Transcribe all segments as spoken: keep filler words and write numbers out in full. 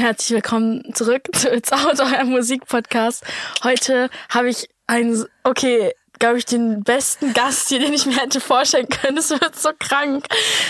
herzlich willkommen zurück zu It's Out, eurem Musikpodcast. Heute habe ich einen, okay, glaube ich, den besten Gast hier, den ich mir hätte vorstellen können. Es wird so krank.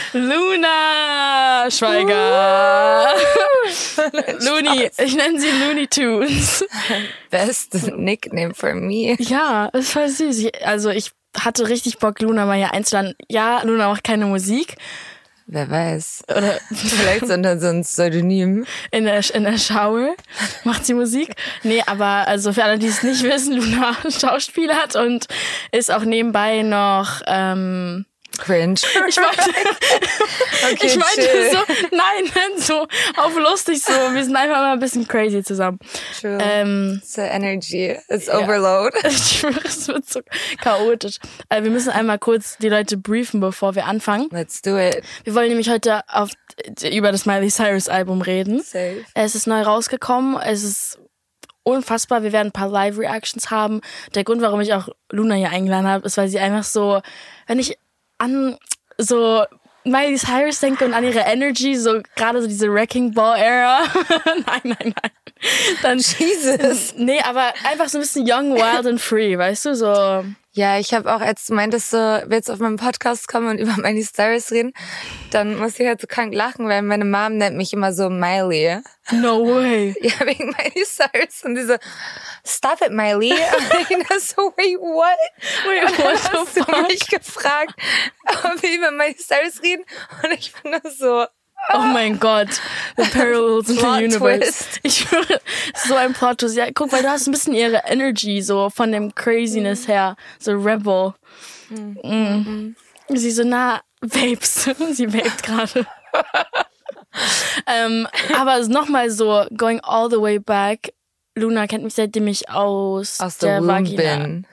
Luna Schweiger. Looney, ich nenne sie Looney Tunes. Best nickname for me. Ja, ist voll süß. Ich, also ich hatte richtig Bock, Luna mal hier einzuladen. Ja, Luna macht keine Musik. Wer weiß. Oder vielleicht unter so ein Pseudonym. In der, in der Schauel macht sie Musik. Nee, aber also für alle, die es nicht wissen, Luna schauspielert und ist auch nebenbei noch ähm, cringe. Ich meinte, okay, ich meinte so, nein, so auf lustig so. Wir sind einfach mal ein bisschen crazy zusammen. True. Ähm, It's the energy. It's ja. Overload. Ich schwöre, es wird so chaotisch. Also wir müssen einmal kurz die Leute briefen, bevor wir anfangen. Let's do it. Wir wollen nämlich heute auf, über das Miley Cyrus Album reden. Safe. Es ist neu rausgekommen. Es ist unfassbar. Wir werden ein paar Live-Reactions haben. Der Grund, warum ich auch Luna hier eingeladen habe, ist, weil sie einfach so, wenn ich an so Miley Cyrus denke und an ihre Energy, so gerade so diese Wrecking Ball Era. nein, nein, nein. Dann Jesus. Nee, aber einfach so ein bisschen young, wild and free, weißt du, so. Ja, ich habe auch, als du meintest, so, willst du auf meinen Podcast kommen und über Miley Cyrus reden, dann muss ich halt so krank lachen, weil meine Mom nennt mich immer so Miley. No way. Ja, wegen Miley Cyrus und diese Stop it, Miley. Und ich dachte so, wait, what? Wait, what the hast du fuck? mich gefragt, ob wir über Miley Cyrus reden und ich bin nur so... Oh mein Gott, the parallels in the Plot universe. Twist. Ich schwöre, so ein Plot Twist. Ja, guck, weil du hast ein bisschen ihre Energy, so von dem Craziness her, so Rebel. Mhm. Mm. Sie so, na, Vapes. Sie vape gerade. ähm, aber nochmal so, going all the way back, Luna kennt mich, seitdem ich aus, aus der, der Vagina bin.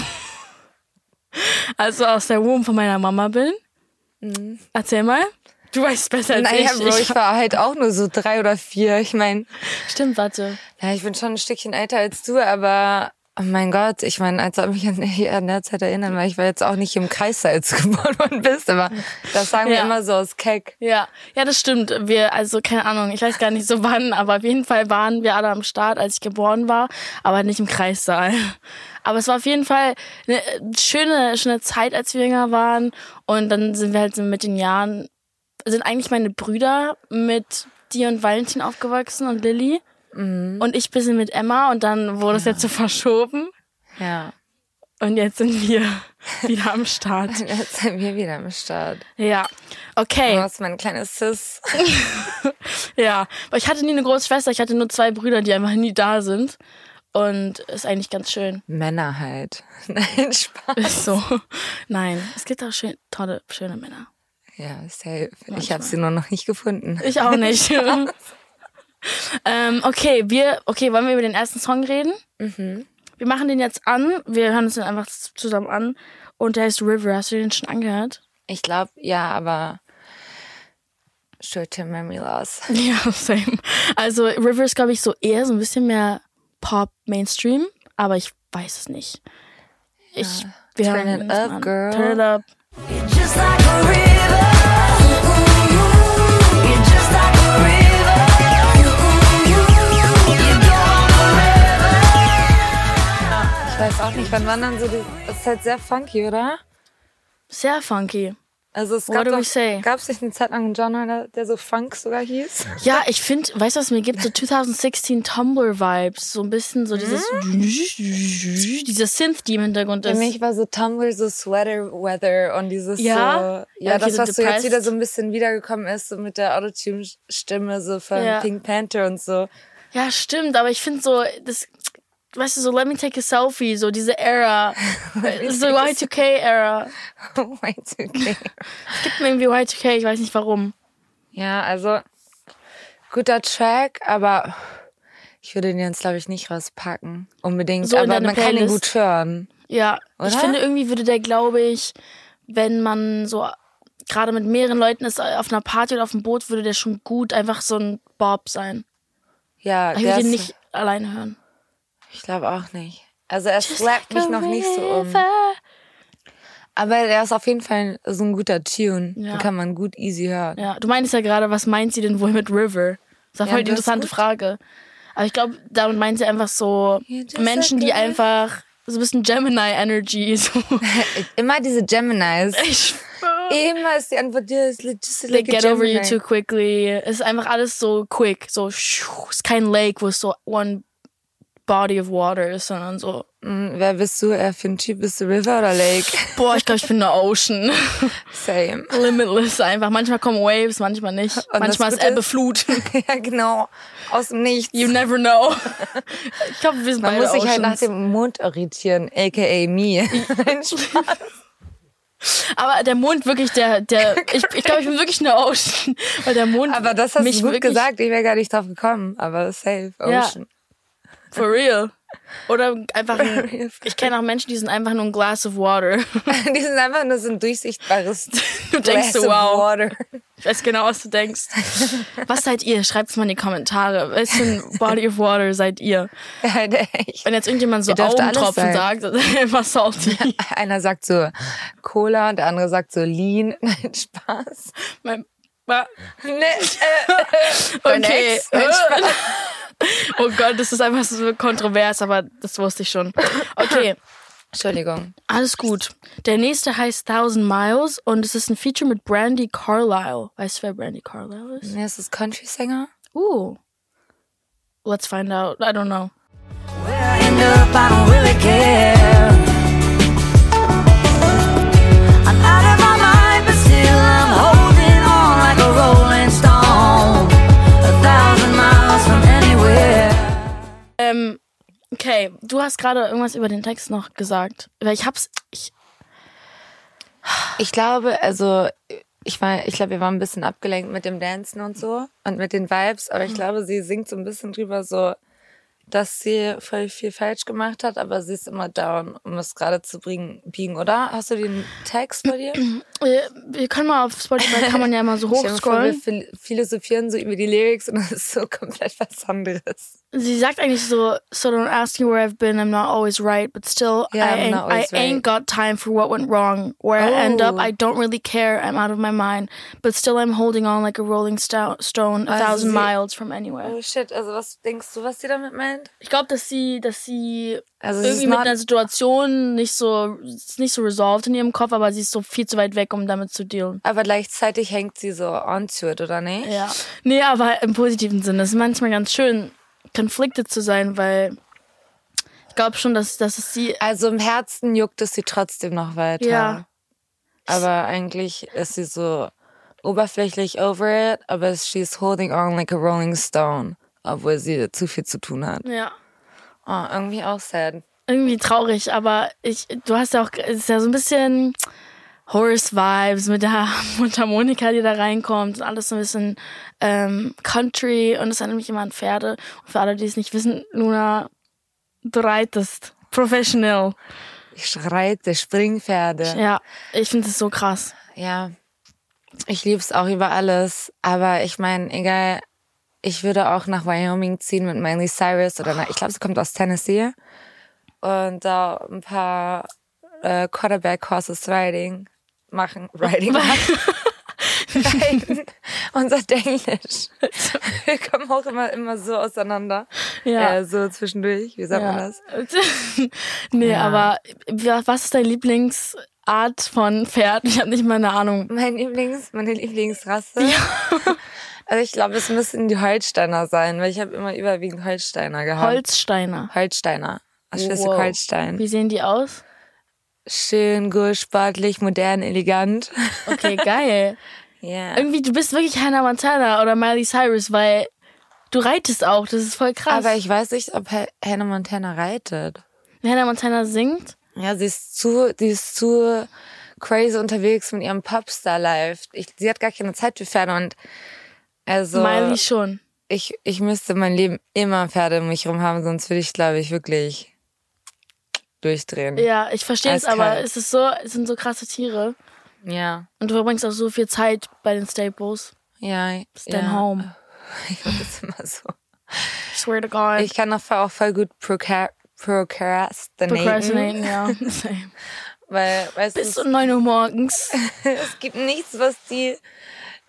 Also aus der Womb von meiner Mama bin. Mhm. Erzähl mal. Du weißt besser als naja, ich. Bro, ich war halt auch nur so drei oder vier. Ich meine, Stimmt, warte. ja, ich bin schon ein Stückchen älter als du, aber oh mein Gott, ich meine, als ob ich mich an, an der Zeit erinnern, weil ich war jetzt auch nicht im Kreis, als du geboren worden bist, aber das sagen wir Ja. immer so aus Keck. Ja, ja, das stimmt. Wir, also keine Ahnung, ich weiß gar nicht so wann, aber auf jeden Fall waren wir alle am Start, als ich geboren war, aber nicht im Kreissaal. Aber es war auf jeden Fall eine schöne, schöne Zeit, als wir jünger waren. Und dann sind wir halt so mit den Jahren, sind eigentlich meine Brüder mit dir und Valentin aufgewachsen und Lilly. Mhm. Und ich bisschen mit Emma und dann wurde es Ja. jetzt so verschoben. Ja. Und jetzt sind wir wieder am Start. Jetzt sind wir wieder am Start. Ja, okay. Du hast mein kleines Sis. Ja, aber ich hatte nie eine große Schwester, ich hatte nur zwei Brüder, die einfach nie da sind. Und ist eigentlich ganz schön. Männer halt. Nein, Spaß. Ist so. Nein, es gibt auch schön, tolle, schöne Männer. Ja, safe. Manchmal. Ich habe sie nur noch nicht gefunden. Ich auch nicht. ähm, okay, wir, okay, wollen wir über den ersten Song reden? Mhm. Wir machen den jetzt an. Wir hören uns den einfach zusammen an. Und der heißt River. Hast du den schon angehört? Ich glaube, ja, aber Short-Term Memory Loss. Ja, same. Also River ist, glaube ich, so eher so ein bisschen mehr Pop-Mainstream. Aber ich weiß es nicht. Ich, wir Turn hören it uns up, an. girl. Turn it up. You're just like a river. You're just like a river. You go on forever. Ich weiß auch nicht, wann wandern so die... Es ist halt sehr funky, oder? Sehr funky. Also es What gab do doch, we say? gab es nicht eine Zeit lang einen Genre, der, der so Funk sogar hieß? Ja, ich finde, weißt du, was es mir gibt? So zwanzig sechzehn Tumblr-Vibes. So ein bisschen so dieses, dieser Synth, die im Hintergrund Für ist. mich war so Tumblr so Sweater Weather und dieses Ja? so... Ja, Ja, okay, das, so was so depressed. jetzt wieder so ein bisschen wiedergekommen ist, so mit der Autotune-Stimme so von Ja. Pink Panther und so. Ja, stimmt, aber ich finde so, das, weißt du, so Let Me Take a Selfie, so diese Era, so Y two K-Era. Oh mein Gott. Es gibt mir irgendwie Y two K, ich weiß nicht warum. Ja, also guter Track, aber ich würde den jetzt, glaube ich, nicht rauspacken. Unbedingt, So in aber deine man kann ihn Playlist? gut hören. Ja, ich Oder? finde irgendwie würde der, glaube ich, wenn man so gerade mit mehreren Leuten ist, auf einer Party oder auf dem Boot, würde der schon gut einfach so ein Bob sein. Ja, Aber ich der würde den ist- nicht alleine hören. Ich glaube auch nicht. Also er Just slappt like mich a noch nicht so um. river. Aber der ist auf jeden Fall so ein guter Tune. Ja. Den kann man gut easy hören. Ja, du meinst ja gerade, was meint sie denn wohl mit River? Das war Ja, voll die das ist interessante gut. Frage. Aber ich glaube, damit meint sie einfach so You're just Menschen, die like a- einfach so ein bisschen Gemini-Energy. So. Immer diese Geminis. Ich Immer ist die Antwort, yeah, it's just They like a get over you Gemini. too quickly. Es ist einfach alles so quick. So, es ist kein Lake, wo es so one body of water ist, sondern so, Mm, Wer bist du? Eher für ein Typ? Bist du River oder Lake? boah, ich glaube, ich bin eine Ocean. Same. Limitless einfach. Manchmal kommen Waves, manchmal nicht. Und manchmal das ist Gute Ebbe ist- Flut. Ja, genau. Aus dem Nichts. You never know. Ich glaube, wir sind Man beide muss sich halt nach Oceans. dem Mond orientieren, aka me. Nein, Spaß. Aber der Mond wirklich, der, der, ich, ich glaube, ich bin wirklich eine Ocean. Weil der Mond Aber das hast mich du gut wirklich, gesagt. Ich wäre gar nicht drauf gekommen. Aber safe, Ja. Ocean. For real. Oder einfach, ein, ich kenne auch Menschen, die sind einfach nur ein Glass of water. Die sind einfach nur so ein durchsichtbares Du denkst Glass so, of wow. Water. Ich weiß genau, was du denkst. Was seid ihr? Schreibt's mal in die Kommentare. Was für ein Body of water seid ihr? Ja, echt. Wenn jetzt irgendjemand so Ihr dürft alles Augentropfen sein. sagt, dann ist einfach salty. Einer sagt so Cola und der andere sagt so Lean. Nein, Spaß. Mein, wa- Nee, äh, dein okay. Ex? Nein, Spaß. Oh Gott, das ist einfach so kontrovers, aber das wusste ich schon. Okay, Entschuldigung. alles gut. Der nächste heißt Thousand Miles und es ist ein Feature mit Brandy Carlisle. Weißt du, wer Brandy Carlisle ist? Nee, ist das Country-Sänger? Uh. Let's find out. I don't know. Where I end up, I don't really care. I'm out of my mind, but still I'm holding on like a rolling stone. A thousand miles from anywhere. Ähm, okay, du hast gerade irgendwas über den Text noch gesagt. Weil ich hab's. Ich, Ich glaube, also ich war, ich glaube, wir waren ein bisschen abgelenkt mit dem Dancen und so und mit den Vibes, aber ich glaube, sie singt so ein bisschen drüber so, dass sie voll viel falsch gemacht hat, aber sie ist immer down, um es gerade zu bringen, biegen, oder? Hast du den Text bei dir? äh, wir können mal auf Spotify, kann man ja mal so Stell dir vor, wir hochscrollen. phil- philosophieren so über die Lyrics und das ist so komplett was anderes. Sie sagt eigentlich so, so don't ask me where I've been, I'm not always right, but still, Yeah, I, I'm ain't, not I always ain't right. got time for what went wrong. Where I end up, Oh. I don't really care, I'm out of my mind, but still I'm holding on like a rolling sto- stone, a Also thousand sie- miles from anywhere. Oh shit, also was denkst du, was sie damit meint? Ich glaube, dass sie, dass sie Also es ist irgendwie mit not- einer Situation nicht so, ist nicht so resolved in ihrem Kopf, aber sie ist so viel zu weit weg, um damit zu dealen. Aber gleichzeitig hängt sie so onto it, oder nicht? Ja. Nee, aber im positiven Sinne. Es ist manchmal ganz schön, conflicted zu sein, weil ich glaube schon, dass, dass es sie. Also im Herzen juckt es sie trotzdem noch weiter. Ja. Aber eigentlich ist sie so oberflächlich over it, aber she's holding on like a rolling stone, obwohl sie zu viel zu tun hat. Ja. Oh, irgendwie auch sad. Irgendwie traurig, aber ich, du hast ja auch, es ist ja so ein bisschen Horse-Vibes mit der Mundharmonika, die da reinkommt. Und alles so ein bisschen ähm, Country und es erinnert mich immer an Pferde. Und für alle, die es nicht wissen, Luna, du reitest. Professional. Ich reite Springpferde. Ja, ich finde es so krass. Ja. Ich lieb's auch über alles. Aber ich meine, egal, ich würde auch nach Wyoming ziehen mit Miley Cyrus oder nach, ich glaube, sie kommt aus Tennessee. Und da ein paar äh, Quarterback Horses Riding machen. Riding machen. Reiten. Unser Englisch. Wir kommen auch immer, immer so auseinander. Ja. Äh, so zwischendurch. Wie sagt man das? nee, Ja. aber wa- was ist deine Lieblingsart von Pferd? Ich habe nicht mal eine Ahnung. Mein Lieblings, meine Lieblingsrasse. Also ich glaube, es müssen die Holsteiner sein, weil ich habe immer überwiegend Holsteiner gehabt. Holsteiner. Holsteiner. Aus Wow. Schleswig-Holstein. Wie sehen die aus? Schön, gut, sportlich, modern, elegant. Okay, geil. Ja. Irgendwie, du bist wirklich Hannah Montana oder Miley Cyrus, weil du reitest auch. Das ist voll krass. Aber ich weiß nicht, ob Ha- Hannah Montana reitet. Hannah Montana singt. Ja, sie ist zu, sie ist zu crazy unterwegs mit ihrem Popstar-Life. Ich, sie hat gar keine Zeit für Pferde und also Miley schon. ich, ich müsste mein Leben immer Pferde um mich rum haben, sonst würde ich, glaube ich, wirklich durchdrehen. Ja, ich verstehe es, aber Eiskalt. es ist so, es sind so krasse Tiere. Ja. Und du verbringst auch so viel Zeit bei den Staples. Ja. It's dein ja. Home. Ich finde das immer so. I swear to God. Ich kann auch voll, auch voll gut proca- procrastinaten. Procrastinaten, ja. Same. Weil, weißt Bis du, um neun Uhr morgens. es gibt nichts, was die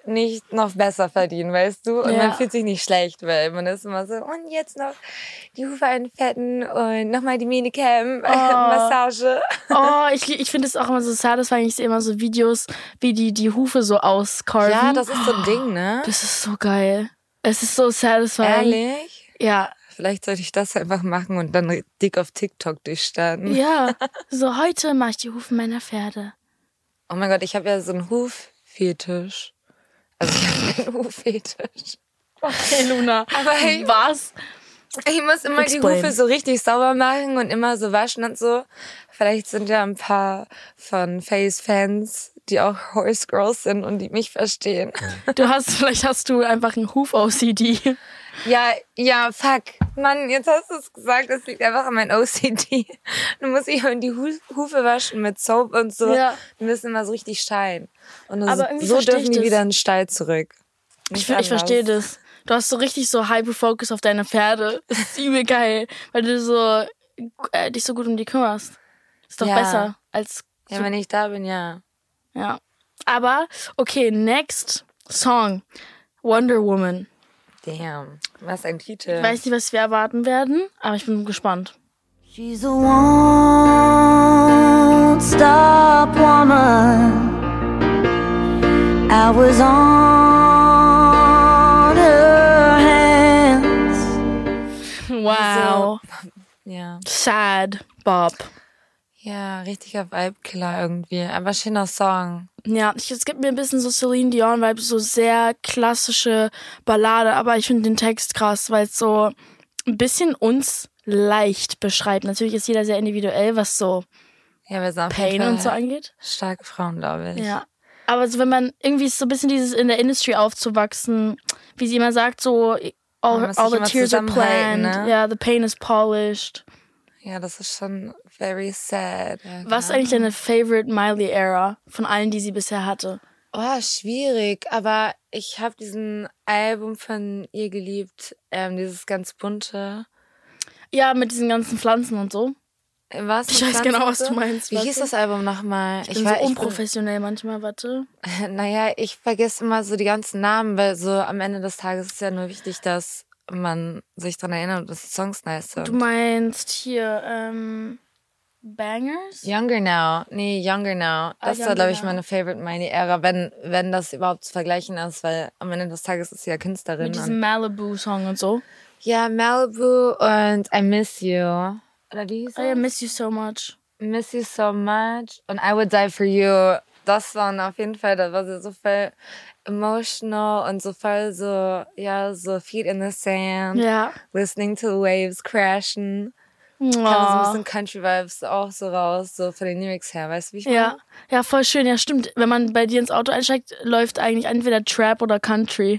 nicht noch besser verdienen, weißt du? Und Ja. man fühlt sich nicht schlecht, weil man ist immer so, und jetzt noch die Hufe einfetten und nochmal die Minicam, Massage. Oh, ich, ich finde es auch immer so satisfying. Ich sehe immer so Videos, wie die die Hufe so auscarven. Ja, das ist so ein Ding, ne? Das ist so geil. Es ist so satisfying. Ehrlich? Ja. Vielleicht sollte ich das einfach machen und dann dick auf TikTok durchstarten. Ja. So, heute mache ich die Hufe meiner Pferde. Oh mein Gott, ich habe ja so einen Huffetisch. Also ich habe einen Huffetisch. Okay, Luna. Aber hey, Was? ich muss immer Explain. die Hufe so richtig sauber machen und immer so waschen und so. Vielleicht sind ja ein paar von Face-Fans, die auch Horse Girls sind und die mich verstehen. Du hast, vielleicht hast du einfach einen Huf-O C D. Ja, ja, fuck. Mann, jetzt hast du es gesagt, das liegt einfach an meinem O C D. Du musst ich die Hu- Hufe waschen mit Soap und so. Ja. Die müssen immer so richtig scheinen. Und so, Aber irgendwie so versteh dürfen ich die das. wieder in den Stall zurück. Ich, Nicht ich anders. verstehe das. Du hast so richtig so Hyper-Focus auf deine Pferde. Das ist übel geil, weil du so äh, dich so gut um die kümmerst. Ist doch Ja. besser als Ja, wenn ich da bin, ja. ja. Aber okay, next Song, Wonder Woman. Damn. Was ein Titel. Ich weiß nicht, was wir erwarten werden, aber ich bin gespannt. She's a won't-stop woman. I was on her hands. Wow. Ja. Sad, Bob. Ja, richtiger Vibe-Killer irgendwie. Aber schöner Song. Ja, ich, es gibt mir ein bisschen so Celine Dion-Vibes, so sehr klassische Ballade, aber ich finde den Text krass, weil es so ein bisschen uns leicht beschreibt. Natürlich ist jeder sehr individuell, was so Ja, wir sind auf jeden Pain Fall und so angeht. starke Frauen, glaube ich. Ja. Aber so, wenn man irgendwie ist so ein bisschen dieses in der Industry aufzuwachsen, wie sie immer sagt, so all, Man muss all sich the immer tears are zusammenhalten, planned, ne? ja, the pain is polished. Ja, das ist schon very sad. Ja, Was ist klar. eigentlich deine favorite Miley-Era von allen, die sie bisher hatte? Oh, schwierig. Aber ich habe diesen Album von ihr geliebt. Ähm, dieses ganz bunte. Ja, mit diesen ganzen Pflanzen und so. Was? Ich weiß genau, was du meinst, Wie warte. hieß das Album nochmal? Ich bin so unprofessionell manchmal, warte. Naja, ich vergesse immer so die ganzen Namen, weil so am Ende des Tages ist ja nur wichtig, dass man sich dran erinnert und dass die Songs nice sind. Du meinst hier, ähm, Bangers? Younger Now. Nee, Younger Now. Das Ah, war, glaube ich, Younger Now. meine Favorite Miley-Ära, wenn, wenn das überhaupt zu vergleichen ist, weil am Ende des Tages ist sie ja Künstlerin. Mit und- diesem Malibu-Song und so. Ja, Malibu und I Miss You. Oder wie hieß Oh, I es? miss you so much. Miss You So Much und I Would Die For You. Das waren auf jeden Fall, da war sie so voll emotional und so voll so, ja, so feet in the sand. Ja. Listening to the waves crashen. Kam so ein Oh. bisschen Country-Vibes auch so raus, so von den Lyrics her, weißt du, wie ich Ja. meine? Ja, voll schön. Ja, stimmt. Wenn man bei dir ins Auto einsteigt, läuft eigentlich entweder Trap oder Country.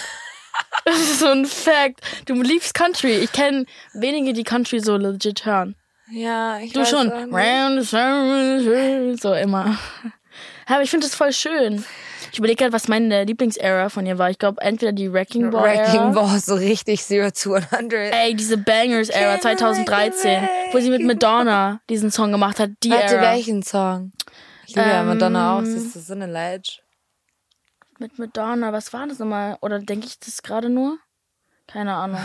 Das ist so ein Fact. Du liebst Country. Ich kenne wenige, die Country so legit hören. Ja, ich Du weiß schon. auch nicht. Round the sun, so immer. Ja, aber ich finde das voll schön. Ich überlege gerade, was meine Lieblingsära von ihr war. Ich glaube, entweder die Wrecking Ball Wrecking Era. Ball, so richtig Zero to hundred. Ey, diese Bangers-Ära Can I zwanzig dreizehn, wo sie mit Madonna diesen Song gemacht hat. Die Warte, Ära. welchen Song? Ich liebe ja Ähm, Madonna auch, sie ist so eine Ledge. Mit Madonna, was war das nochmal? Oder denke ich das gerade nur? Keine Ahnung.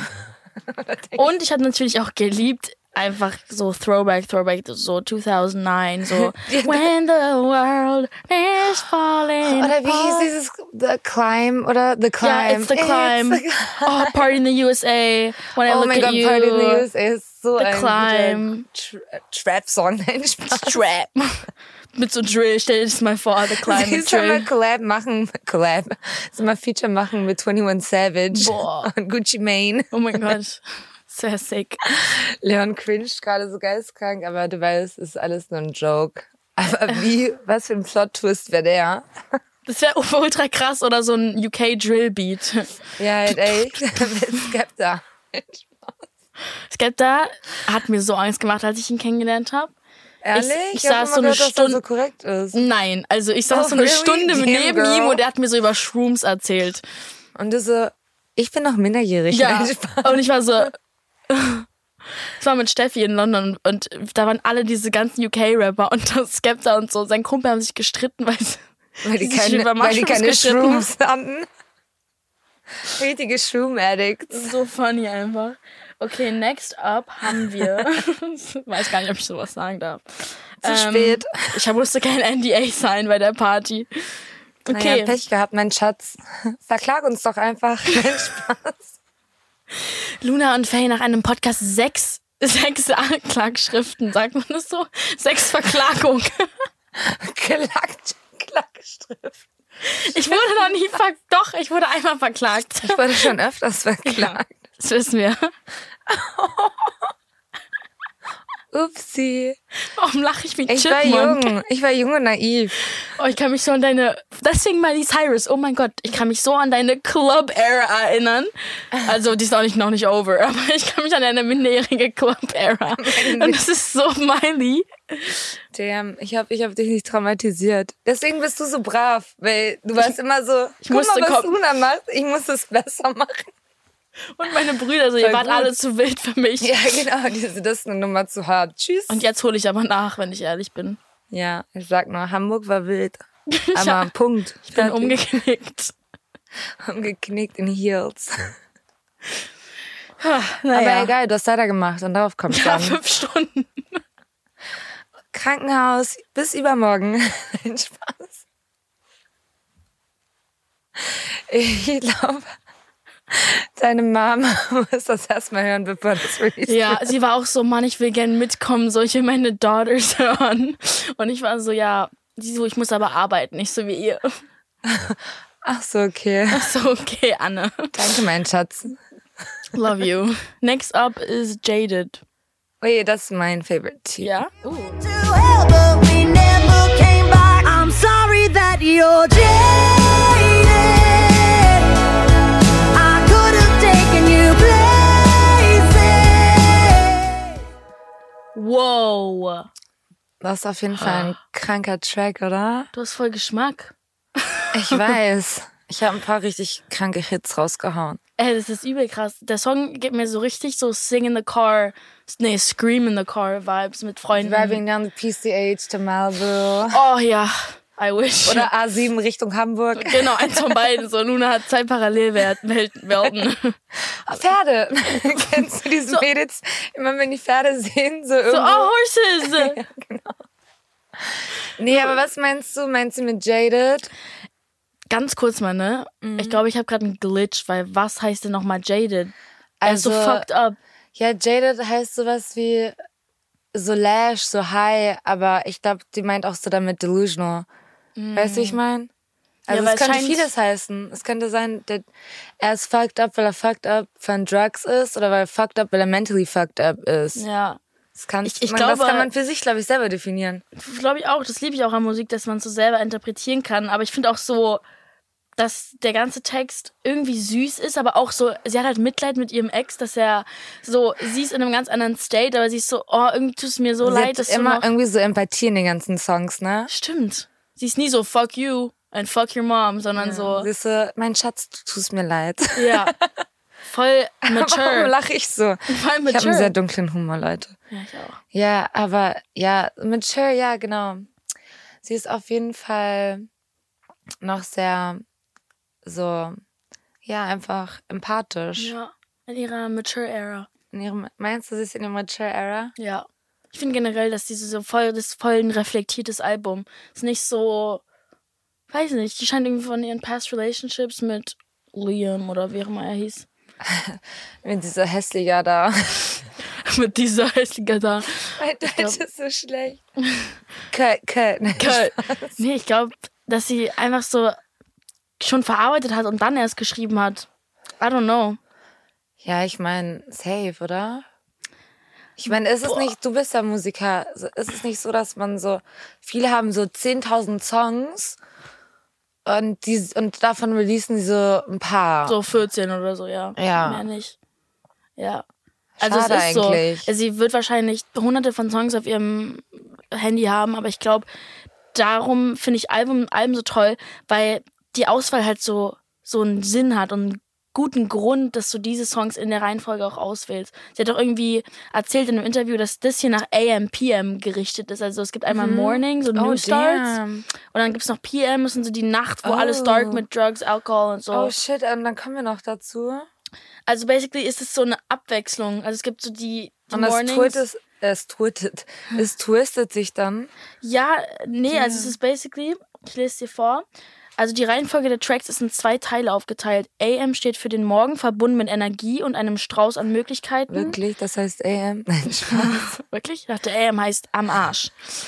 Und ich habe natürlich auch geliebt, einfach so Throwback, Throwback, so zweitausendneun, so When the world is falling Oder wie hieß apart. dieses The Climb oder The Climb? Ja, it's the climb. It's the- Oh, Party in the U S A. When I Oh look mein at Gott, you. Party in the U S A ist so The ein Climb. guter Tra Trap-Song. Nein, Spaß. Trap. Mit so Drill, stell dir das mal vor, The Climb Sie mit soll mal Drill. Collab machen, Collab, soll mal Feature machen mit twenty-one Savage Boah. und Gucci Mane. Oh mein Gott. Sehr sick. Leon cringed gerade so geistkrank, aber du weißt, es ist alles nur ein Joke. Aber wie, was für ein Plot-Twist wäre der? Das wäre ultra krass oder so ein U K-Drill-Beat. Ja, halt echt, mit Skepta. Skepta hat mir so Angst gemacht, als ich ihn kennengelernt habe. Ehrlich? ich hab saß immer so eine gehört, dass er Stunde- so korrekt ist. Nein, also ich saß Oh, so eine really? Stunde Damn, neben girl. ihm und er hat mir so über Shrooms erzählt. Und du so, ich bin noch minderjährig. Ja, Nein, Spaß. und ich war so... Ich war mit Steffi in London und da waren alle diese ganzen U K-Rapper und das Skepta und so. Sein Kumpel haben sich gestritten, weil, Weil die Die sich keine, über weil die Mushrooms keine geschnitten Shrooms hatten. Richtige Shroom-Addicts. So funny einfach. Okay, next up haben wir. Weiß gar nicht, ob ich sowas sagen darf. Zu spät. Ich musste kein N D A sein bei der Party. Okay. Naja, Pech gehabt, mein Schatz. Verklag uns doch einfach. Kein Spaß. Luna und Faye nach einem Podcast sechs, sechs Anklageschriften, sagt man das so? Sechs Verklagungen. Klagt, Klagschrift. Ich wurde noch nie verklagt. Doch, ich wurde einmal verklagt. Ich wurde schon öfters verklagt. Ja, das wissen wir. Upsi. Warum lache ich wie Ich war Chipmunk? jung. Ich war jung und naiv. Oh, ich kann mich so an deine... Deswegen Miley Cyrus. Oh mein Gott. Ich kann mich so an deine Club-Era erinnern. Also, die ist auch nicht, noch nicht over. Aber ich kann mich an deine minderjährige Club-Era. Und das ist so Miley. Damn, ich hab, ich hab dich nicht traumatisiert. Deswegen bist du so brav. Weil du warst immer so, ich guck musste mal, was kom- Luna macht. Ich muss es besser machen. Und meine Brüder, so, ihr Voll wart gut. alle zu wild für mich. Ja, genau. Diese, das ist eine Nummer zu hart. Tschüss. Und jetzt hole ich aber nach, wenn ich ehrlich bin. Ja, ich sag nur, Hamburg war wild. Aber Punkt. Ich bin umgeknickt. umgeknickt in Heels. Naja. Aber egal, du hast weiter gemacht und darauf kommt es Ja, an. fünf Stunden. Krankenhaus bis übermorgen. Nein, Spaß. Ich glaube, deine Mama muss das erstmal hören, bevor das released Ja, wird. sie war auch so, Mann, ich will gerne mitkommen, so, ich will meine Daughters hören. Und ich war so, ja, sie so, ich muss aber arbeiten, nicht so wie ihr. Ach so, okay. So, okay, Anne. Danke, mein Schatz. Love you. Next up is Jaded. Oje, das ist mein Favorite Team. Ja? Uh. To hell, but we never came back. I'm sorry that you're jaded. I could have taken you places. Wow. Das ist auf jeden Fall ein kranker Track, oder? Du hast voll Geschmack. Ich weiß. Ich habe ein paar richtig kranke Hits rausgehauen. Ey, das ist übel krass. Der Song gibt mir so richtig so Sing in the Car, nee, Scream in the Car Vibes mit Freunden. Driving down the P C H to Malibu. Oh ja, I wish. Oder A sieben Richtung Hamburg. Genau, eins von beiden. So, Luna hat zwei Parallelwelten. Pferde. Kennst du diese Mädels? Immer wenn die Pferde sehen, so irgendwo. So, oh, Horses! Ja, genau. Nee, aber was meinst du? Meinst du mit Jaded? Ganz kurz mal, ne? Mhm. Ich glaube, ich habe gerade einen Glitch, weil was heißt denn nochmal Jaded? Also, Also- so fucked up. Ja, Jaded heißt sowas wie so lash, so high, aber ich glaube, die meint auch so damit delusional. Weißt du, wie ich meine? Also weil es es könnte scheint- vieles heißen. Es könnte sein, der, er ist fucked up, weil er fucked up von Drugs ist oder weil er fucked up, weil er mentally fucked up ist. Ja. Das, kann, Ich- ich man, glaube- das kann man für sich, glaube ich, selber definieren. Glaube ich auch. Das liebe ich auch an Musik, dass man es so selber interpretieren kann. Aber ich finde auch so, dass der ganze Text irgendwie süß ist, aber auch so, sie hat halt Mitleid mit ihrem Ex, dass er so, sie ist in einem ganz anderen State, aber sie ist so, oh, irgendwie tut es mir so Sie leid, hat dass immer du noch... irgendwie so Empathie in den ganzen Songs, ne? Stimmt. Sie ist nie so, fuck you and fuck your mom, sondern so, Sie ist so, mein Schatz, du tust mir leid. ja, voll Warum mature. lache ich so? Voll Ich habe einen mature. sehr dunklen Humor, Leute. Ja, ich auch. Ja, aber ja, mature, ja, genau. Sie ist auf jeden Fall noch sehr so, ja, einfach empathisch. Ja, in ihrer mature Era. In ihrem, meinst du, sie ist in ihrer mature Era? Ja. Ich finde generell, dass diese so voll, das ist voll ein reflektiertes Album. Ist nicht so, weiß nicht, die scheint irgendwie von ihren Past Relationships mit Liam oder wie auch immer er hieß. Mit dieser hässlicher da. mit dieser hässliche da. Mein Deutsch ist so schlecht. Cut, cut. Geil. Nee, ich glaube, dass sie einfach so schon verarbeitet hat und dann erst geschrieben hat. I don't know. Ja, ich meine, safe, oder? Ich meine, ist es nicht, du bist ja Musiker, ist es nicht so, dass man so, viele haben so zehntausend Songs und die und davon releasen die so ein paar. So vierzehn oder so, ja. Ja. Mehr nicht. Ja. Also Schade es ist eigentlich. so, sie wird wahrscheinlich hunderte von Songs auf ihrem Handy haben, aber ich glaube, darum finde ich Album, Alben so toll, weil die Auswahl halt so, so einen Sinn hat und guten Grund, dass du diese Songs in der Reihenfolge auch auswählst. Sie hat doch irgendwie erzählt in einem Interview, dass das hier nach A M, P M gerichtet ist. Also es gibt einmal mhm. Morning, so oh, New Starts. Damn. Und dann gibt's noch P M, das sind so die Nacht, wo oh. alles dark mit Drugs, Alkohol und so. Oh shit, und dann kommen wir noch dazu. Also basically ist es so eine Abwechslung. Also es gibt so die, die und Mornings. Und es, es twistet, es twistet sich dann. Ja, nee, yeah. also es ist basically, ich lese dir vor, also die Reihenfolge der Tracks ist in zwei Teile aufgeteilt. A M steht für den Morgen, verbunden mit Energie und einem Strauß an Möglichkeiten. Wirklich? Das heißt A M? Nein, Spaß. Wirklich? Ich dachte, A M heißt am Arsch.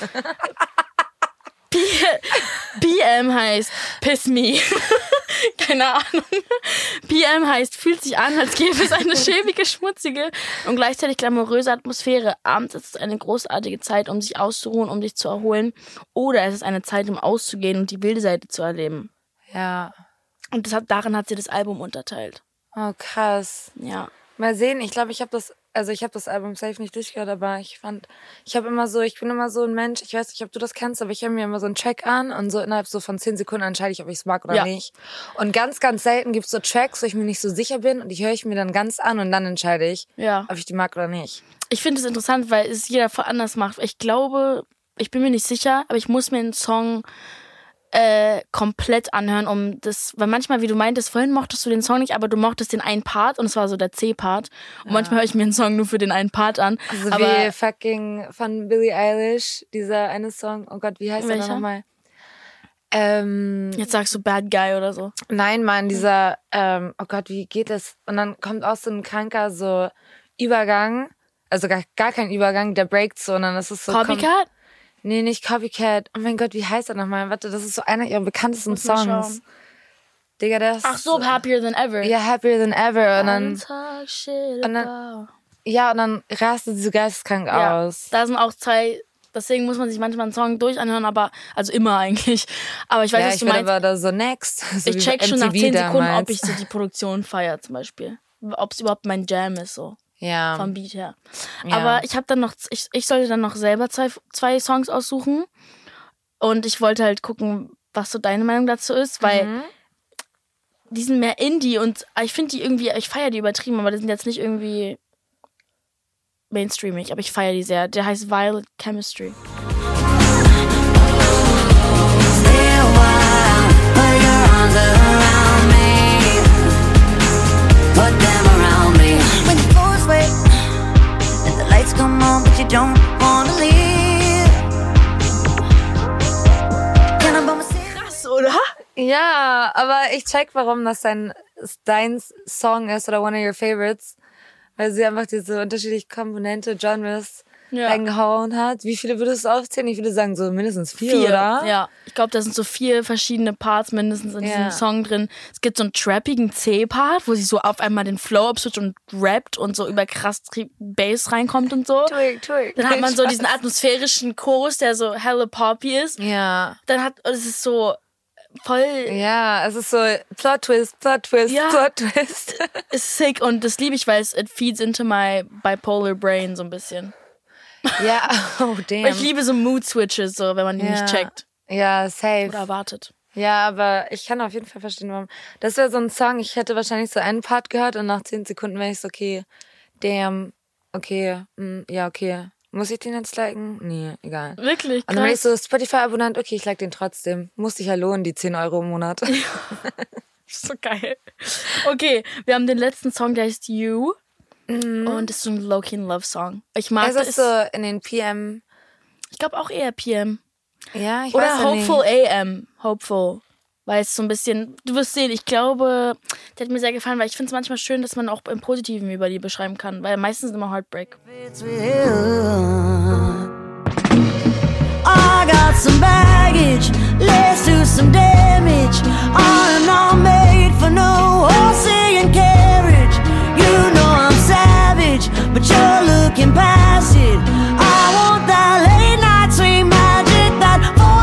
P M heißt Piss Me. Keine Ahnung. P M heißt fühlt sich an, als gäbe es eine schäbige, schmutzige und gleichzeitig glamouröse Atmosphäre. Abends ist es eine großartige Zeit, um sich auszuruhen, um sich zu erholen. Oder es ist eine Zeit, um auszugehen und die wilde Seite zu erleben. Ja. Und das hat, darin hat sie das Album unterteilt. Oh, krass. Ja. Mal sehen, ich glaube, ich habe das, also ich habe das Album safe nicht durchgehört, aber ich fand, ich habe immer so, ich bin immer so ein Mensch, ich weiß nicht, ob du das kennst, aber ich höre mir immer so einen Track an und so innerhalb so von zehn Sekunden entscheide ich, ob ich es mag oder ja. nicht. Und ganz, ganz selten gibt's so Tracks, wo ich mir nicht so sicher bin und die höre ich mir dann ganz an und dann entscheide ich, ja. ob ich die mag oder nicht. Ich finde es interessant, weil es jeder voll anders macht. Ich glaube, ich bin mir nicht sicher, aber ich muss mir einen Song Äh, komplett anhören, um das, weil manchmal, wie du meintest, vorhin mochtest du den Song nicht, aber du mochtest den einen Part und es war so der C-Part und ja. manchmal höre ich mir einen Song nur für den einen Part an. Also aber wie fucking von Billie Eilish, dieser eine Song, oh Gott, wie heißt welcher? der nochmal? Ähm, Jetzt sagst du Bad Guy oder so. Nein, Mann, dieser, ähm, oh Gott, wie geht das? Und dann kommt auch so ein kranker so Übergang, also gar, gar kein Übergang, der breakt so und dann ist es so... Copycat? Nee, nicht Copycat. Oh mein Gott, wie heißt er nochmal? Warte, das ist so einer ihrer bekanntesten Songs. Digga, das... Ach so, Happier Than Ever. Ja, Happier Than Ever. Und dann... Talk shit und dann ja, und dann rastet sie so geisteskrank ja, aus. Da sind auch zwei... Deswegen muss man sich manchmal einen Song durchanhören, aber... Also immer eigentlich. Aber ich weiß, ja, was ich du meinst. aber da so next. So ich check schon nach zehn Sekunden, damals. ob ich so die Produktion feiere zum Beispiel. Ob es überhaupt mein Jam ist, so. Ja. Vom Beat her. Ja. Aber ich habe dann noch, ich, ich sollte dann noch selber zwei, zwei Songs aussuchen. Und ich wollte halt gucken, was so deine Meinung dazu ist, weil mhm. die sind mehr Indie und ich finde die irgendwie, ich feiere die übertrieben, aber die sind jetzt nicht irgendwie mainstreamig, aber ich feiere die sehr. Der heißt Violet Chemistry. Stay a while, put your arms around me, put them around me. When the floor's wet and the lights come on, but you don't wanna leave. Can I bum a Krass, oder? Ja, aber ich check, warum das dein, dein Song ist oder one of your favorites. Weil sie einfach diese unterschiedlichen Komponente, Genres ja. reingehauen hat. Wie viele würdest du aufzählen? Ich würde sagen, so mindestens vier, vier oder? Ja, ich glaube, da sind so vier verschiedene Parts mindestens in ja. diesem Song drin. Es gibt so einen trappigen C-Part, wo sie so auf einmal den Flow abswitcht und rappt und so über krass Bass reinkommt und so. Twerk, twerk. Dann hat man so diesen atmosphärischen Chorus, der so hella poppy ist. Ja. Dann hat, es ist so voll... Ja, es ist so Plot Twist, Plot Twist, ja. Plot Twist. Ist sick und das liebe ich, weil es it feeds into my bipolar brain so ein bisschen. Ja, oh damn. Weil ich liebe so Mood-Switches, so, wenn man die ja. nicht checkt. Ja, safe. Oder erwartet. Ja, aber ich kann auf jeden Fall verstehen, warum. Das wäre so ein Song, ich hätte wahrscheinlich so einen Part gehört und nach zehn Sekunden wäre ich so, okay, damn, okay, mm, ja, okay. Muss ich den jetzt liken? Nee, egal. Wirklich, krass. Und dann bin ich so Spotify-Abonnent, okay, ich like den trotzdem. Muss sich ja lohnen, die zehn Euro im Monat. Ja. So geil. Okay, wir haben den letzten Song, der heißt You. Mhm. Und das ist so ein low-key Love-Song. Ich mag es. das. Ist so in den P M. Ich glaube auch eher P M. Ja, ich Oder weiß ja Hopeful nicht. A M. Hopeful. Weil es so ein bisschen, du wirst sehen, ich glaube, der hat mir sehr gefallen, weil ich finde es manchmal schön, dass man auch im Positiven über die beschreiben kann, weil meistens immer Heartbreak. I got some baggage, let's do some damage. I'm not made for no horsey and carriage. You know I'm savage, but you're looking past it. I want that late night sweet magic, that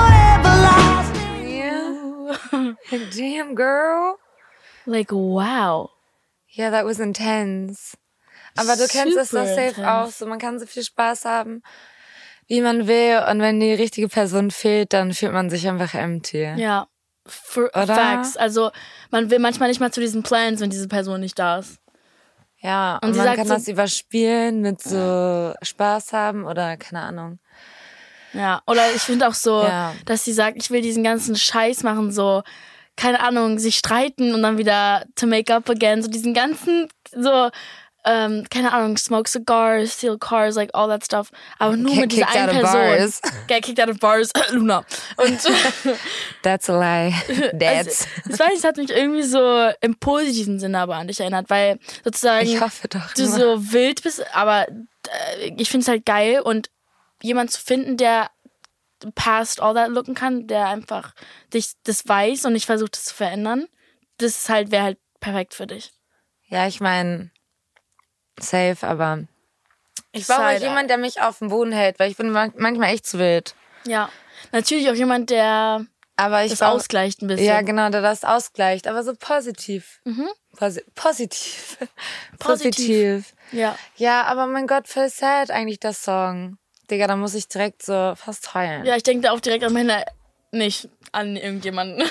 forever lasting. Damn, girl. Like, wow. Ja, yeah, that was intense. Aber du kennst es doch safe intense. auch. So, man kann so viel Spaß haben, wie man will. Und wenn die richtige Person fehlt, dann fühlt man sich einfach empty. Ja. For Oder? Facts. Also man will manchmal nicht mal zu diesen Plans, wenn diese Person nicht da ist. Ja, und, Und sie man sagt kann so- das überspielen mit so Spaß haben oder keine Ahnung. Ja, oder ich finde auch so, Ja. dass sie sagt, ich will diesen ganzen Scheiß machen, so, keine Ahnung, sich streiten und dann wieder to make up again, so diesen ganzen, so, ähm, keine Ahnung, smoke cigars, steal cars, like all that stuff. Aber nur Get mit dieser kicked einen out of Person. bars. Get kicked out of bars, Luna. Und That's a lie. That's. also, ich weiß, es hat mich irgendwie so im positiven Sinne aber an dich erinnert, weil sozusagen Ich hoffe doch du nur. so wild bist, aber äh, ich finde es halt geil und jemand zu finden, der past all that looken kann, der einfach dich das weiß und nicht versucht, das zu verändern, das ist halt, wäre halt perfekt für dich. Ja, ich meine, safe, aber ich brauche halt, halt jemand, der mich auf dem Boden hält, weil ich bin man- manchmal echt zu wild. Ja, natürlich auch jemand, der Aber ich das brauch- ausgleicht ein bisschen. Ja, genau, der das ausgleicht, aber so positiv. Posi positiv. Positiv. Ja. Ja, aber mein Gott, voll sad eigentlich das Song. Digga, da muss ich direkt so fast heulen. Ja, ich denke da auch direkt an meine, nicht an irgendjemanden.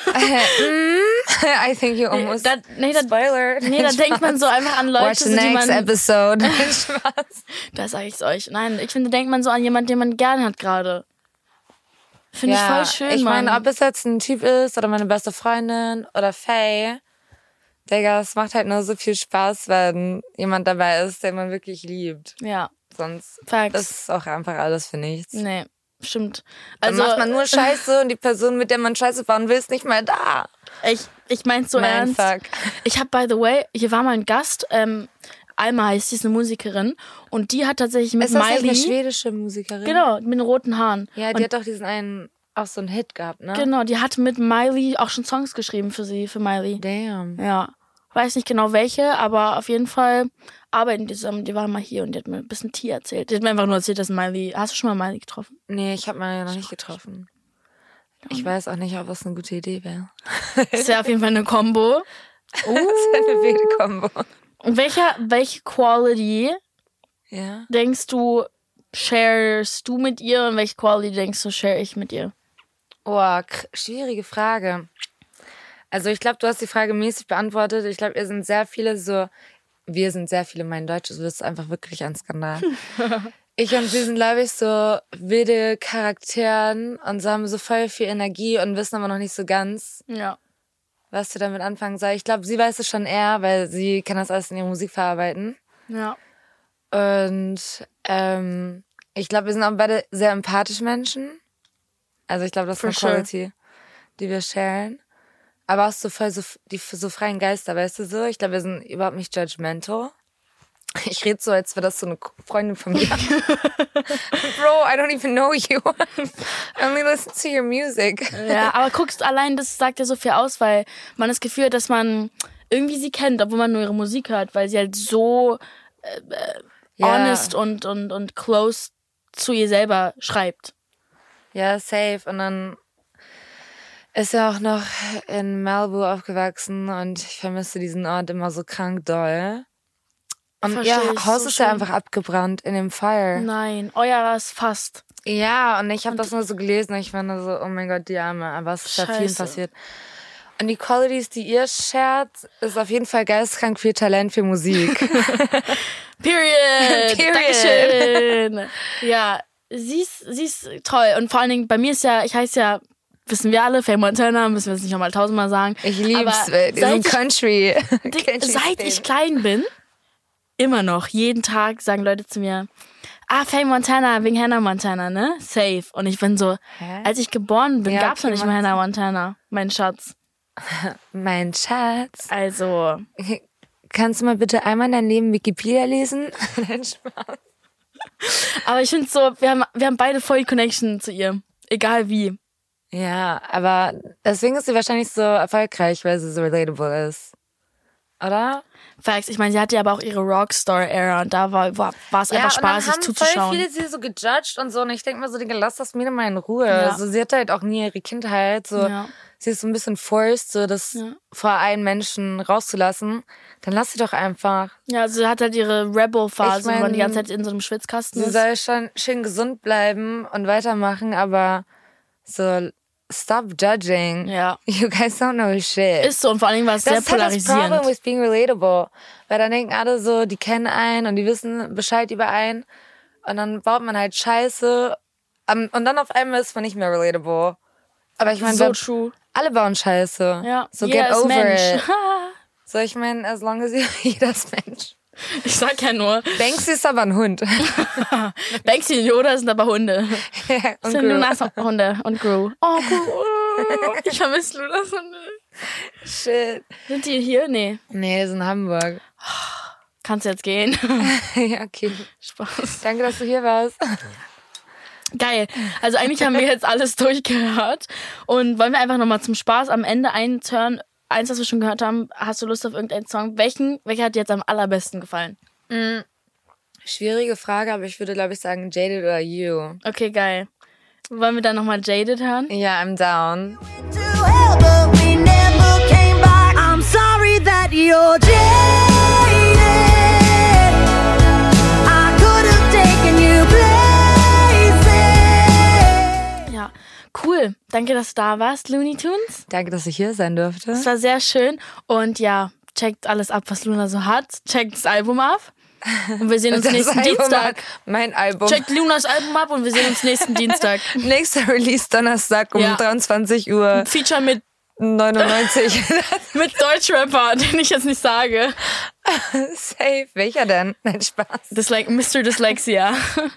I think you almost... da, nee, da, Spoiler. nee, da denkt man so einfach an Leute, Watch the so, die next man... episode. Spaß. Da sage ich's euch. Nein, ich finde, denkt man so an jemanden, den man gern hat gerade. Finde ich voll schön, ich Mann. meine, ob es jetzt ein Typ ist oder meine beste Freundin oder Faye, Digga, es macht halt nur so viel Spaß, wenn jemand dabei ist, den man wirklich liebt. Ja, Sonst Facts. ist es auch einfach alles für nichts. nee, stimmt. Dann Also, macht man nur Scheiße und die Person, mit der man Scheiße bauen will, ist nicht mehr da. ich, ich mein's so ernst. Mindfuck. Ich habe, by the way, hier war mal ein Gast, ähm, Alma heißt sie, ist eine Musikerin und die hat tatsächlich mit Ist das nicht Miley... eine schwedische Musikerin? Genau, mit den roten Haaren. Ja, die und hat doch diesen einen, auch so einen Hit gehabt, ne? genau, die hat mit Miley auch schon Songs geschrieben für sie, für Miley. Damn. Ja. Weiß nicht genau welche, aber auf jeden Fall arbeiten die zusammen. Die waren mal hier und die hat mir ein bisschen Tee erzählt. Die hat mir einfach nur erzählt, dass Miley... Hast du schon mal Miley getroffen? Nee, ich habe mal noch nicht getroffen. Ich weiß auch nicht, ob das eine gute Idee wäre. Das wäre auf jeden Fall eine Combo. Das ist eine wilde Kombo. Und welcher, welche Quality Ja. denkst du, sharest du mit ihr und welche Quality denkst du, share ich mit ihr? Oh, k- schwierige Frage. Also ich glaube, du hast die Frage mäßig beantwortet. Ich glaube, wir sind sehr viele so, wir sind sehr viele, mein Deutsch ist einfach wirklich ein Skandal. Ich und sie sind, glaube ich, so wilde Charakteren und so haben so voll viel Energie und wissen aber noch nicht so ganz, Ja. was wir damit anfangen soll. Ich glaube, sie weiß es schon eher, weil sie kann das alles in ihrer Musik verarbeiten. Ja. Und ähm, ich glaube, wir sind auch beide sehr empathische Menschen. Also ich glaube, das ist For eine sure. Quality, die wir sharen. Aber auch so voll so, die so freien Geister, weißt du so? Ich glaube, wir sind überhaupt nicht judgmental. Ich rede so, als wäre das so eine Freundin von mir. Bro, I don't even know you. I only listen to your music. Ja, aber guckst allein, das sagt ja so viel aus, weil man das Gefühl hat, dass man irgendwie sie kennt, obwohl man nur ihre Musik hört, weil sie halt so äh, äh, Ja. honest und, und, und close zu ihr selber schreibt. Ja, safe. Und dann ist er auch noch in Malibu aufgewachsen und ich vermisse diesen Ort immer so krank doll. Und Versteh ihr ich, Haus so ist ja schön. einfach abgebrannt in dem Fire. Nein, euer ist fast. Ja, und ich habe das nur so gelesen und ich war nur so, oh mein Gott, die Arme. Aber es ist ja vielen Scheiße. passiert. Und die Qualities, die ihr shared, ist auf jeden Fall geistkrank viel Talent für Musik. Period. Period. Dankeschön. Ja, sie ist, sie ist toll. Und vor allen Dingen, bei mir ist ja, ich heiße ja, wissen wir alle, Faye Montana, müssen wir es nicht nochmal tausendmal sagen. Ich lieb's, Aber weil diesen seit ich- Country. Dick, Country seit ich State. klein bin, immer noch, jeden Tag sagen Leute zu mir, ah, Faye Montana, wegen Hannah Montana, ne? Safe. Und ich bin so, Hä? als ich geboren bin, Ja, gab's noch okay, nicht mal macht's Hannah Montana, mein Schatz. Mein Schatz. Also, Kannst du mal bitte einmal dein Leben Wikipedia lesen? Nein, Spaß. aber ich finde so, wir haben, wir haben beide voll die Connection zu ihr. Egal wie. Ja, aber deswegen ist sie wahrscheinlich so erfolgreich, weil sie so relatable ist. Oder? Facts. Ich meine, sie hatte ja aber auch ihre Rockstar-Ära und da war, war, war es einfach spaßig und dann haben zuzuschauen. voll viele sie so gejudged und so. Und ich denke mir so, Digga, lass das mir mal in Ruhe. Ja. Also, sie hatte halt auch nie ihre Kindheit. So, Ja. sie ist so ein bisschen forced, so das Ja. vor einen Menschen rauszulassen. Dann lass sie doch einfach. Ja, sie hat halt ihre Rebel-Phase, Ich mein, wo man die ganze Zeit in so einem Schwitzkasten Sie ist. soll schon schön gesund bleiben und weitermachen, aber so stop judging. Ja. You guys don't know shit. Ist so, und vor allem war es sehr das ist halt das polarisierend. Problem with being relatable. Weil dann denken alle so, die kennen einen und die wissen Bescheid über einen. Und dann baut man halt Scheiße. Und dann auf einmal ist man nicht mehr relatable. Aber ich meine, So true. alle bauen Scheiße. Ja. So Jeder get ist over Mensch. it. So, ich meine, as long as you, jeder ist Mensch. Ich sag ja nur. Banksy ist aber ein Hund. Banksy und Yoda sind aber Hunde. und sind Gru. Lunas Hunde und Gru. Oh, Gru. Ich vermisse Lunas Hunde. Shit. Sind die hier? Nee. Nee, das ist in Hamburg. Kannst jetzt gehen. Ja, okay. Spaß. Danke, dass du hier warst. Geil. Also eigentlich haben wir jetzt alles durchgehört. Und wollen wir einfach nochmal zum Spaß am Ende eins hören? Eins, was wir schon gehört haben. Hast du Lust auf irgendeinen Song? Welchen, welcher hat dir jetzt am allerbesten gefallen? Mm. Schwierige Frage, aber ich würde, glaube ich, sagen Jaded oder You. Okay, geil. Wollen wir dann nochmal Jaded hören? Ja, I'm down. To hell, but we never came back. I'm sorry that you're jaded. I could have taken you places. Ja, cool. Danke, dass du da warst, Looney Tunes. Danke, dass ich hier sein durfte. Es war sehr schön. Und ja, checkt alles ab, was Luna so hat. Checkt das Album ab. Und wir sehen uns Das nächsten Album Dienstag. hat Mein Album. Checkt Lunas Album ab und wir sehen uns nächsten Dienstag. Nächster Release Donnerstag um Ja. dreiundzwanzig Uhr Feature mit, neunundneunzig. mit Deutschrapper, den ich jetzt nicht sage. Safe. Welcher denn? Nein, Spaß. Disli- Mister Dyslexia.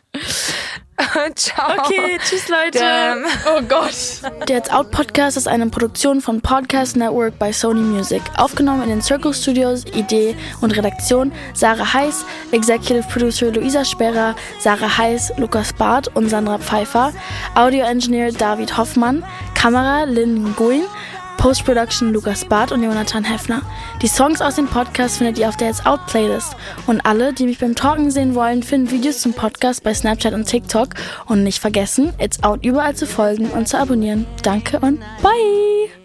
Ciao. Okay, tschüss Leute. Damn. Oh Gott. Der It's Out Podcast ist eine Produktion von Podcast Network bei Sony Music. Aufgenommen in den Circle Studios, Idee und Redaktion Sarah Heiß, Executive Producer Luisa Sperrer, Sarah Heiß, Lukas Barth und Sandra Pfeiffer, Audio Engineer David Hoffmann, Kamera Lynn Nguyen, Post-Production Lukas Barth und Jonathan Heffner. Die Songs aus dem Podcast findet ihr auf der It's Out Playlist. Und alle, die mich beim Talken sehen wollen, finden Videos zum Podcast bei Snapchat und TikTok. Und nicht vergessen, It's Out überall zu folgen und zu abonnieren. Danke und bye!